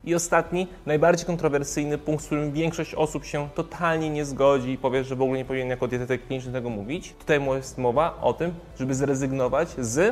I ostatni, najbardziej kontrowersyjny punkt, z którym większość osób się totalnie nie zgodzi i powie, że w ogóle nie powinien jako dietetyk kliniczny tego mówić. Tutaj jest mowa o tym, żeby zrezygnować z...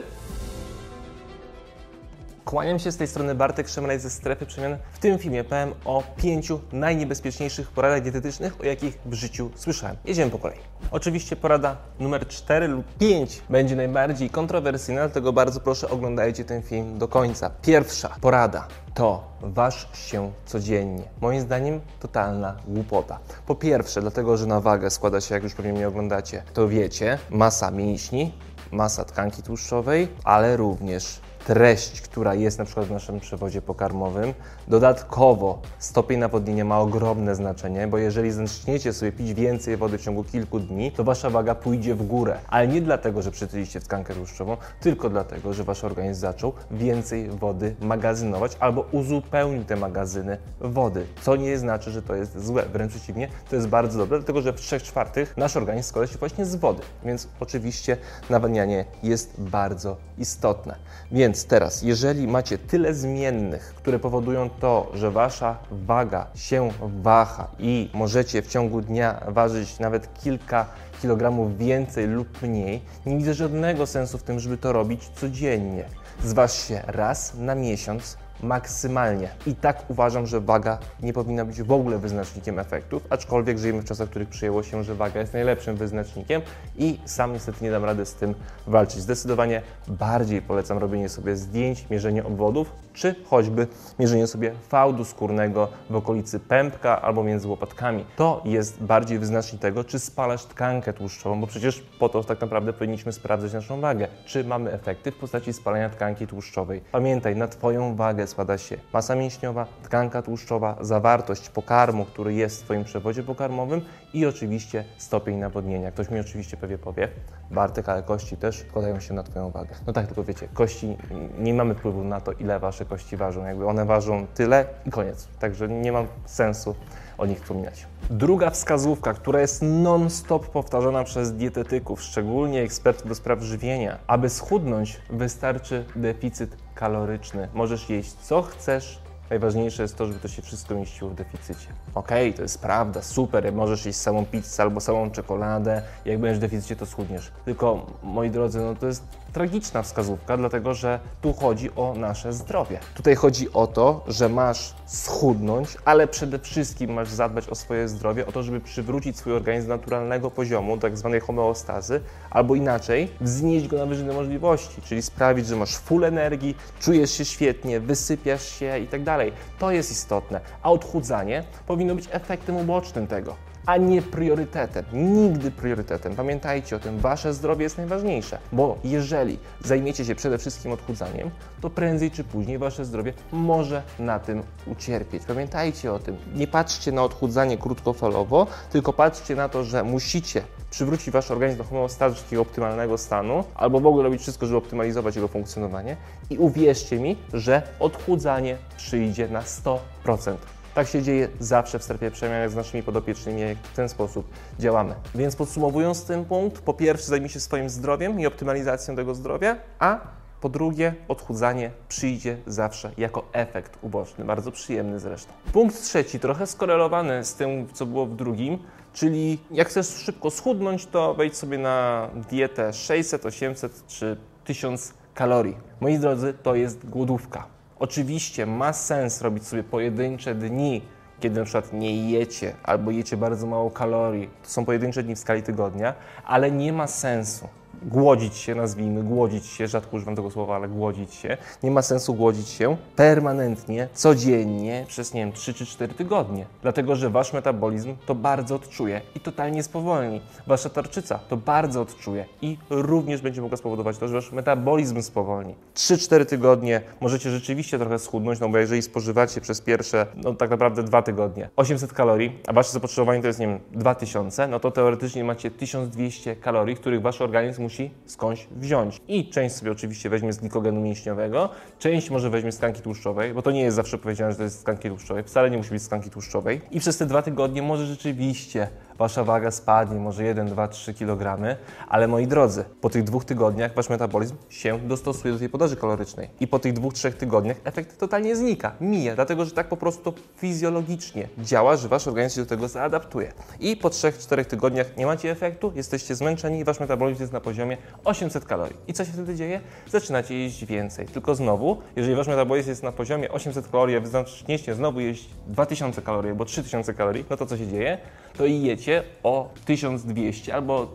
Kłaniam się, z tej strony Bartek Szemraj ze Strefy Przemian. W tym filmie powiem o 5 najniebezpieczniejszych poradach dietetycznych, o jakich w życiu słyszałem. Jedziemy po kolei. Oczywiście porada numer 4 lub 5 będzie najbardziej kontrowersyjna, dlatego bardzo proszę oglądajcie ten film do końca. Pierwsza porada to waż się codziennie. Moim zdaniem totalna głupota. Po pierwsze, dlatego, że na wagę składa się, jak już pewnie mnie oglądacie, to wiecie, masa mięśni, masa tkanki tłuszczowej, ale również treść, która jest na przykład w naszym przewodzie pokarmowym. Dodatkowo stopień nawodnienia ma ogromne znaczenie, bo jeżeli zaczniecie sobie pić więcej wody w ciągu kilku dni, to wasza waga pójdzie w górę. Ale nie dlatego, że przytyliście tkankę tłuszczową, tylko dlatego, że wasz organizm zaczął więcej wody magazynować albo uzupełnił te magazyny wody. Co nie znaczy, że to jest złe. Wręcz przeciwnie, to jest bardzo dobre, dlatego że w 3/4 nasz organizm składa się właśnie z wody. Więc oczywiście nawadnianie jest bardzo istotne. Więc teraz, jeżeli macie tyle zmiennych, które powodują to, że wasza waga się waha i możecie w ciągu dnia ważyć nawet kilka kilogramów więcej lub mniej, nie widzę żadnego sensu w tym, żeby to robić codziennie. Zważ się raz na miesiąc maksymalnie. I tak uważam, że waga nie powinna być w ogóle wyznacznikiem efektów, aczkolwiek żyjemy w czasach, w których przyjęło się, że waga jest najlepszym wyznacznikiem i sam niestety nie dam rady z tym walczyć. Zdecydowanie bardziej polecam robienie sobie zdjęć, mierzenie obwodów, czy choćby mierzenie sobie fałdu skórnego w okolicy pępka albo między łopatkami. To jest bardziej wyznacznik tego, czy spalasz tkankę tłuszczową, bo przecież po to tak naprawdę powinniśmy sprawdzać naszą wagę, czy mamy efekty w postaci spalania tkanki tłuszczowej. Pamiętaj, na Twoją wagę składa się masa mięśniowa, tkanka tłuszczowa, zawartość pokarmu, który jest w Twoim przewodzie pokarmowym i oczywiście stopień nawodnienia. Ktoś mi oczywiście powie, Bartek, ale kości też składają się na Twoją wagę. No tak, tylko wiecie, kości, nie mamy wpływu na to, ile Wasze kości ważą. Jakby one ważą tyle i koniec. Także nie ma sensu o nich wspominać. Druga wskazówka, która jest non-stop powtarzana przez dietetyków, szczególnie ekspertów do spraw żywienia. Aby schudnąć, wystarczy deficyt kaloryczny. Możesz jeść co chcesz. Najważniejsze jest to, żeby to się wszystko mieściło w deficycie. Okej, to jest prawda, super, możesz jeść samą pizzę albo samą czekoladę, jak będziesz w deficycie, to schudniesz. Tylko, moi drodzy, no to jest tragiczna wskazówka, dlatego że tu chodzi o nasze zdrowie. Tutaj chodzi o to, że masz schudnąć, ale przede wszystkim masz zadbać o swoje zdrowie, o to, żeby przywrócić swój organizm do naturalnego poziomu, tak zwanej homeostazy, albo inaczej, wznieść go na wyżyny możliwości, czyli sprawić, że masz full energii, czujesz się świetnie, wysypiasz się i tak dalej. To jest istotne, a odchudzanie powinno być efektem ubocznym tego, a nie priorytetem. Nigdy priorytetem. Pamiętajcie o tym, wasze zdrowie jest najważniejsze, bo jeżeli zajmiecie się przede wszystkim odchudzaniem, to prędzej czy później wasze zdrowie może na tym ucierpieć. Pamiętajcie o tym. Nie patrzcie na odchudzanie krótkofalowo, tylko patrzcie na to, że musicie przywrócić wasz organizm do homeostazy, takiego optymalnego stanu, albo w ogóle robić wszystko, żeby optymalizować jego funkcjonowanie i uwierzcie mi, że odchudzanie przyjdzie na 100%. Tak się dzieje zawsze w Strefie Przemian z naszymi podopiecznymi, jak w ten sposób działamy. Więc podsumowując ten punkt, po pierwsze zajmij się swoim zdrowiem i optymalizacją tego zdrowia, a po drugie odchudzanie przyjdzie zawsze jako efekt uboczny, bardzo przyjemny zresztą. Punkt trzeci, trochę skorelowany z tym, co było w drugim, czyli jak chcesz szybko schudnąć, to wejdź sobie na dietę 600, 800 czy 1000 kalorii. Moi drodzy, to jest głodówka. Oczywiście ma sens robić sobie pojedyncze dni, kiedy na przykład nie jecie albo jecie bardzo mało kalorii. To są pojedyncze dni w skali tygodnia, ale nie ma sensu głodzić się, nazwijmy, głodzić się, rzadko używam tego słowa, ale głodzić się. Nie ma sensu głodzić się permanentnie, codziennie, przez, nie wiem, 3 czy 4 tygodnie. Dlatego, że wasz metabolizm to bardzo odczuje i totalnie spowolni. Wasza tarczyca to bardzo odczuje i również będzie mogła spowodować to, że wasz metabolizm spowolni. 3-4 tygodnie możecie rzeczywiście trochę schudnąć, no bo jeżeli spożywacie przez pierwsze, no tak naprawdę 2 tygodnie 800 kalorii, a wasze zapotrzebowanie to jest, nie wiem, 2000, no to teoretycznie macie 1200 kalorii, których wasz organizm musi skądś wziąć. I część sobie oczywiście weźmie z glikogenu mięśniowego, część może weźmie z tkanki tłuszczowej, bo to nie jest zawsze powiedziane, że to jest z tkanki tłuszczowej, wcale nie musi być z tkanki tłuszczowej. I przez te 2 tygodnie może rzeczywiście wasza waga spadnie może 1, 2, 3 kg, ale moi drodzy, po tych 2 tygodniach wasz metabolizm się dostosuje do tej podaży kalorycznej i po tych 2-3 tygodniach efekt totalnie znika, mija, dlatego że tak po prostu fizjologicznie działa, że wasz organizm się do tego zaadaptuje. I po 3-4 tygodniach nie macie efektu, jesteście zmęczeni i wasz metabolizm jest na poziomie 800 kalorii. I co się wtedy dzieje? Zaczynacie jeść więcej. Tylko znowu, jeżeli wasz metabolizm jest na poziomie 800 kalorii, a wy zaczniecie znowu jeść 2000 kalorii albo 3000 kalorii, no to co się dzieje? To jecie o 1200 albo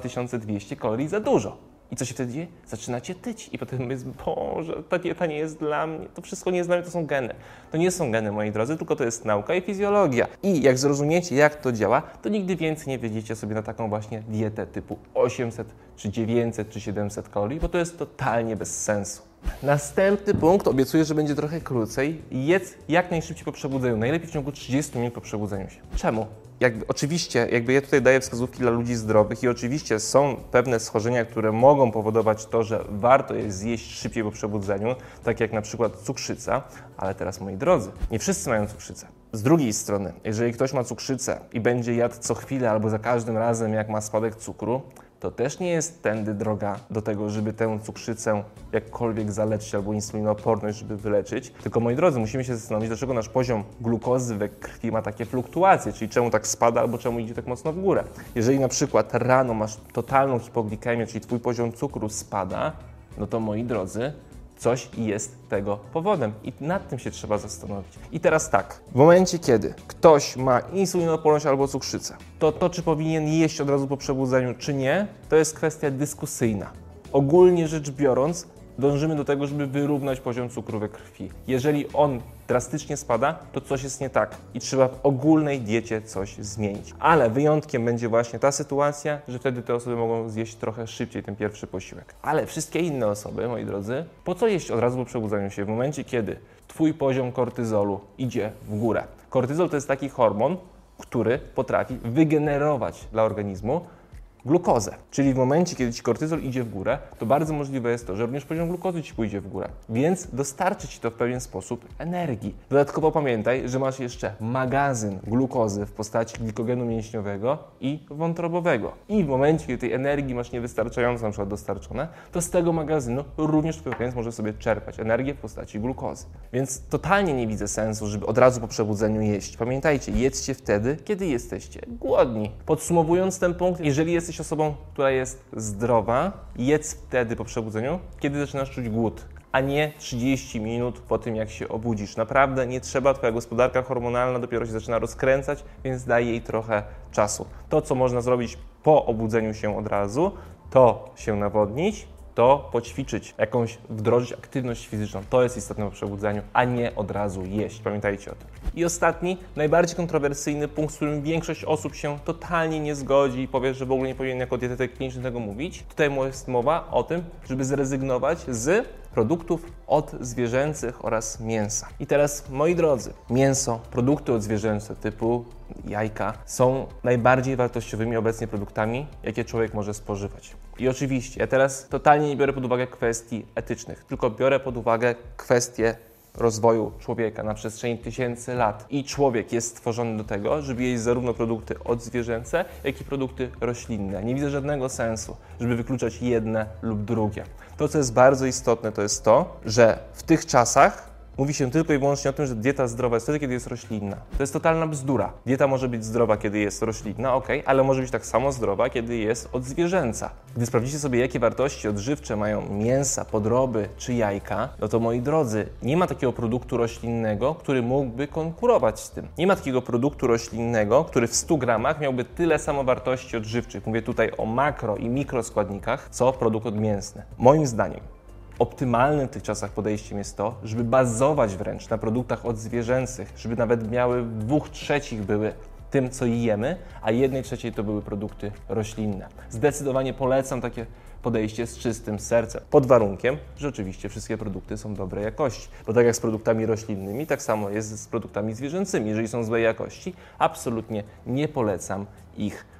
2200 kalorii za dużo. I co się wtedy dzieje? Zaczynacie tyć i potem jest, Boże, ta dieta nie jest dla mnie, to wszystko nie jest dla mnie, to są geny. To nie są geny, moi drodzy, tylko to jest nauka i fizjologia. I jak zrozumiecie, jak to działa, to nigdy więcej nie wejdziecie sobie na taką właśnie dietę typu 800, czy 900, czy 700 kalorii, bo to jest totalnie bez sensu. Następny punkt, obiecuję, że będzie trochę krócej. Jedz jak najszybciej po przebudzeniu, najlepiej w ciągu 30 minut po przebudzeniu się. Czemu? Oczywiście ja tutaj daję wskazówki dla ludzi zdrowych i oczywiście są pewne schorzenia, które mogą powodować to, że warto je zjeść szybciej po przebudzeniu, tak jak na przykład cukrzyca, ale teraz, moi drodzy, nie wszyscy mają cukrzycę. Z drugiej strony, jeżeli ktoś ma cukrzycę i będzie jadł co chwilę albo za każdym razem, jak ma spadek cukru, to też nie jest tędy droga do tego, żeby tę cukrzycę jakkolwiek zaleczyć albo insulinooporność, żeby wyleczyć. Tylko, moi drodzy, musimy się zastanowić, dlaczego nasz poziom glukozy we krwi ma takie fluktuacje, czyli czemu tak spada albo czemu idzie tak mocno w górę. Jeżeli na przykład rano masz totalną hipoglikemię, czyli twój poziom cukru spada, no to, moi drodzy, coś jest tego powodem i nad tym się trzeba zastanowić. I teraz tak, w momencie, kiedy ktoś ma insulinooporność albo cukrzycę, to czy powinien jeść od razu po przebudzeniu, czy nie, to jest kwestia dyskusyjna. Ogólnie rzecz biorąc, dążymy do tego, żeby wyrównać poziom cukru we krwi. Jeżeli on drastycznie spada, to coś jest nie tak i trzeba w ogólnej diecie coś zmienić. Ale wyjątkiem będzie właśnie ta sytuacja, że wtedy te osoby mogą zjeść trochę szybciej ten pierwszy posiłek. Ale wszystkie inne osoby, moi drodzy, po co jeść od razu po przebudzeniu się w momencie, kiedy twój poziom kortyzolu idzie w górę? Kortyzol to jest taki hormon, który potrafi wygenerować dla organizmu glukozę. Czyli w momencie, kiedy ci kortyzol idzie w górę, to bardzo możliwe jest to, że również poziom glukozy ci pójdzie w górę. Więc dostarczy ci to w pewien sposób energii. Dodatkowo pamiętaj, że masz jeszcze magazyn glukozy w postaci glikogenu mięśniowego i wątrobowego. I w momencie, kiedy tej energii masz niewystarczająco na przykład dostarczone, to z tego magazynu również twój organizm może sobie czerpać energię w postaci glukozy. Więc totalnie nie widzę sensu, żeby od razu po przebudzeniu jeść. Pamiętajcie, jedzcie wtedy, kiedy jesteście głodni. Podsumowując ten punkt, jeżeli jesteś osobą, która jest zdrowa, jedz wtedy po przebudzeniu, kiedy zaczynasz czuć głód, a nie 30 minut po tym, jak się obudzisz. Naprawdę nie trzeba, twoja gospodarka hormonalna dopiero się zaczyna rozkręcać, więc daj jej trochę czasu. To, co można zrobić po obudzeniu się od razu, to się nawodnić, to poćwiczyć, wdrożyć aktywność fizyczną. To jest istotne po przebudzeniu, a nie od razu jeść. Pamiętajcie o tym. I ostatni, najbardziej kontrowersyjny punkt, z którym większość osób się totalnie nie zgodzi i powie, że w ogóle nie powinien jako dietetyk kliniczny tego mówić. Tutaj jest mowa o tym, żeby zrezygnować z produktów odzwierzęcych oraz mięsa. I teraz, moi drodzy, mięso, produkty odzwierzęce typu jajka są najbardziej wartościowymi obecnie produktami, jakie człowiek może spożywać. I oczywiście, ja teraz totalnie nie biorę pod uwagę kwestii etycznych, tylko biorę pod uwagę kwestie rozwoju człowieka na przestrzeni tysięcy lat. I człowiek jest stworzony do tego, żeby jeść zarówno produkty odzwierzęce, jak i produkty roślinne. Nie widzę żadnego sensu, żeby wykluczać jedne lub drugie. To, co jest bardzo istotne, to jest to, że w tych czasach mówi się tylko i wyłącznie o tym, że dieta zdrowa jest wtedy, kiedy jest roślinna. To jest totalna bzdura. Dieta może być zdrowa, kiedy jest roślinna, ale może być tak samo zdrowa, kiedy jest odzwierzęca. Gdy sprawdzicie sobie, jakie wartości odżywcze mają mięsa, podroby czy jajka, no to, moi drodzy, nie ma takiego produktu roślinnego, który mógłby konkurować z tym. Nie ma takiego produktu roślinnego, który w 100 gramach miałby tyle samo wartości odżywczych. Mówię tutaj o makro i mikroskładnikach, co produkt odmięsny. Moim zdaniem optymalnym w tych czasach podejściem jest to, żeby bazować wręcz na produktach odzwierzęcych, żeby nawet miały 2/3 były tym, co jemy, a 1/3 to były produkty roślinne. Zdecydowanie polecam takie podejście z czystym sercem, pod warunkiem, że oczywiście wszystkie produkty są dobrej jakości. Bo tak jak z produktami roślinnymi, tak samo jest z produktami zwierzęcymi. Jeżeli są złej jakości, absolutnie nie polecam ich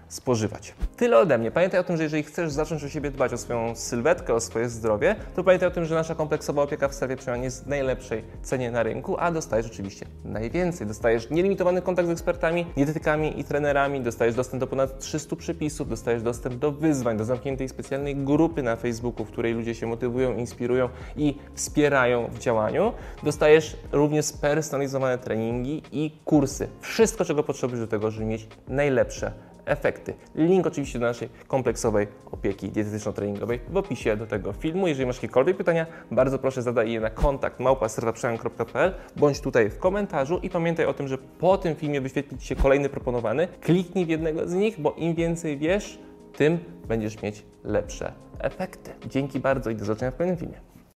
spożywać. Tyle ode mnie. Pamiętaj o tym, że jeżeli chcesz zacząć o siebie dbać, o swoją sylwetkę, o swoje zdrowie, to pamiętaj o tym, że nasza kompleksowa opieka w strefie przemian jest w najlepszej cenie na rynku, a dostajesz oczywiście najwięcej. Dostajesz nielimitowany kontakt z ekspertami, dietetykami i trenerami, dostajesz dostęp do ponad 300 przepisów, dostajesz dostęp do wyzwań, do zamkniętej specjalnej grupy na Facebooku, w której ludzie się motywują, inspirują i wspierają w działaniu. Dostajesz również spersonalizowane treningi i kursy. Wszystko, czego potrzebujesz do tego, żeby mieć najlepsze efekty. Link oczywiście do naszej kompleksowej opieki dietetyczno-treningowej w opisie do tego filmu. Jeżeli masz jakiekolwiek pytania, bardzo proszę zadaj je na kontakt@strefaprzemian.pl bądź tutaj w komentarzu i pamiętaj o tym, że po tym filmie wyświetli Ci się kolejny proponowany. Kliknij w jednego z nich, bo im więcej wiesz, tym będziesz mieć lepsze efekty. Dzięki bardzo i do zobaczenia w kolejnym filmie.